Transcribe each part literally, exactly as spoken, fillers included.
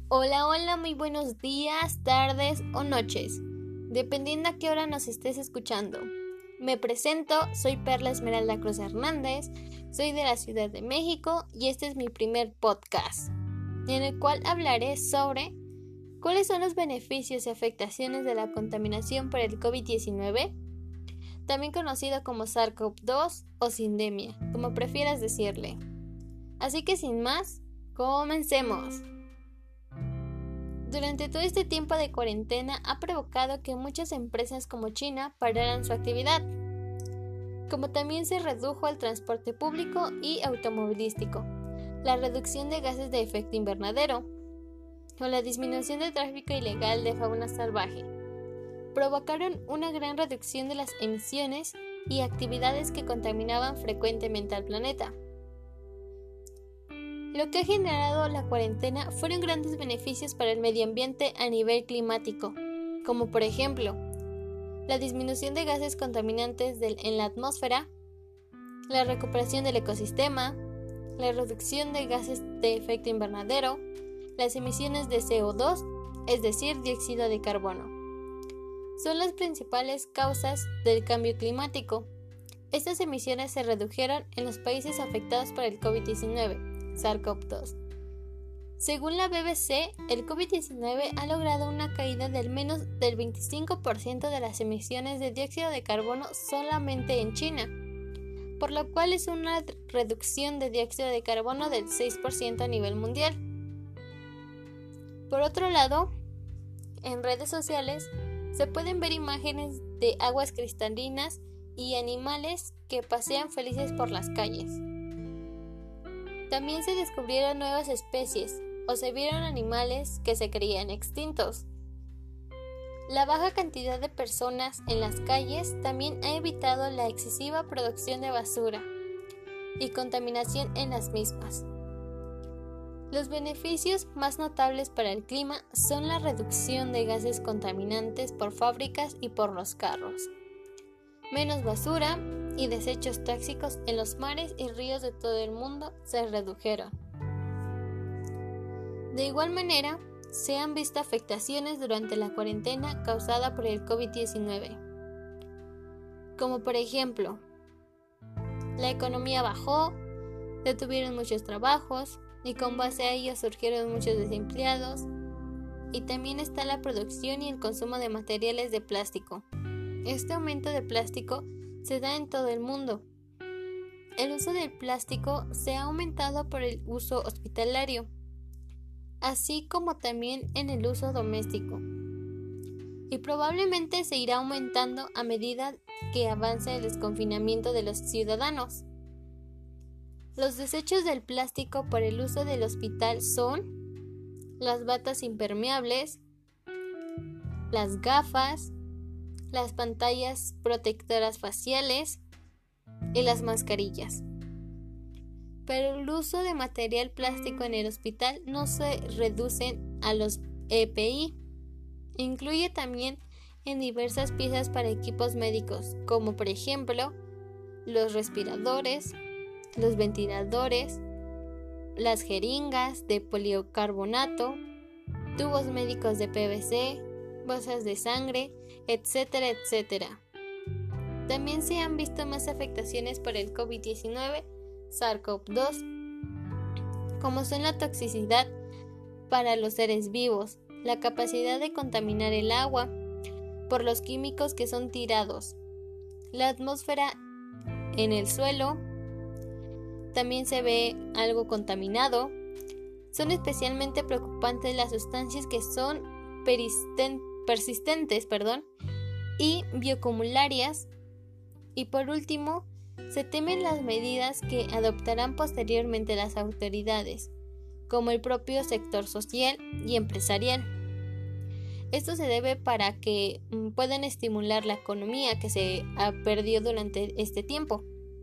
Hola, hola, muy buenos días, tardes o noches, dependiendo a qué hora nos estés escuchando. Me presento, soy Perla Esmeralda Cruz Hernández, soy de la Ciudad de México y este es mi primer podcast, en el cual hablaré sobre cuáles son los beneficios y afectaciones de la contaminación por el covid diecinueve, también conocido como SARS-CoV dos o sindemia, como prefieras decirle. Así que sin más, comencemos. Durante todo este tiempo de cuarentena ha provocado que muchas empresas como China pararan su actividad, como también se redujo el transporte público y automovilístico, la reducción de gases de efecto invernadero o la disminución del tráfico ilegal de fauna salvaje. Provocaron una gran reducción de las emisiones y actividades que contaminaban frecuentemente al planeta. Lo que ha generado la cuarentena fueron grandes beneficios para el medio ambiente a nivel climático, como por ejemplo, la disminución de gases contaminantes del, en la atmósfera, la recuperación del ecosistema, la reducción de gases de efecto invernadero, las emisiones de C O dos, es decir, dióxido de carbono. Son las principales causas del cambio climático. Estas emisiones se redujeron en los países afectados por el covid diecinueve. SARS-CoV dos. Según la B B C, el covid diecinueve ha logrado una caída del menos del veinticinco por ciento de las emisiones de dióxido de carbono solamente en China, por lo cual es una reducción de dióxido de carbono del seis por ciento a nivel mundial. Por otro lado, en redes sociales se pueden ver imágenes de aguas cristalinas y animales que pasean felices por las calles. También se descubrieron nuevas especies o se vieron animales que se creían extintos. La baja cantidad de personas en las calles también ha evitado la excesiva producción de basura y contaminación en las mismas. Los beneficios más notables para el clima son la reducción de gases contaminantes por fábricas y por los carros, menos basura y desechos tóxicos en los mares y ríos de todo el mundo se redujeron. De igual manera, se han visto afectaciones durante la cuarentena causada por el covid diecinueve, como por ejemplo, la economía bajó, detuvieron muchos trabajos y con base a ello surgieron muchos desempleados, y también está la producción y el consumo de materiales de plástico. Este aumento de plástico se da en todo el mundo. El uso del plástico se ha aumentado por el uso hospitalario, así como también en el uso doméstico, y probablemente se irá aumentando a medida que avance el desconfinamiento de los ciudadanos. Los desechos del plástico por el uso del hospital son las batas impermeables, las gafas, las pantallas protectoras faciales y las mascarillas. Pero el uso de material plástico en el hospital no se reduce a los E P I. Incluye también en diversas piezas para equipos médicos, como por ejemplo los respiradores, los ventiladores, las jeringas de policarbonato, tubos médicos de P V C, bolsas de sangre, etcétera, etcétera. También se han visto más afectaciones por el covid diecinueve, SARS-CoV dos, como son la toxicidad para los seres vivos, la capacidad de contaminar el agua por los químicos que son tirados, la atmósfera en el suelo, también se ve algo contaminado. Son especialmente preocupantes las sustancias que son persisten- persistentes perdón, y bioacumularias. Y por último, se temen las medidas que adoptarán posteriormente las autoridades, como el propio sector social y empresarial. Esto se debe para que mm, puedan estimular la economía que se ha perdido durante este tiempo,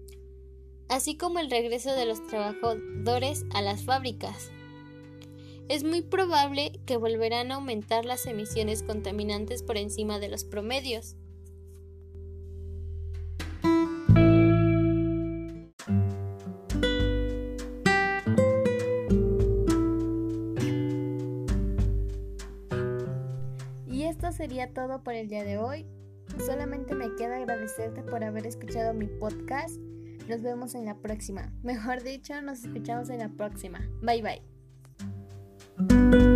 así como el regreso de los trabajadores a las fábricas. Es muy probable que volverán a aumentar las emisiones contaminantes por encima de los promedios. sería todo por el día de hoy. Solamente me queda agradecerte por haber escuchado mi podcast. Nos vemos en la próxima. Mejor dicho, nos escuchamos en la próxima. Bye bye.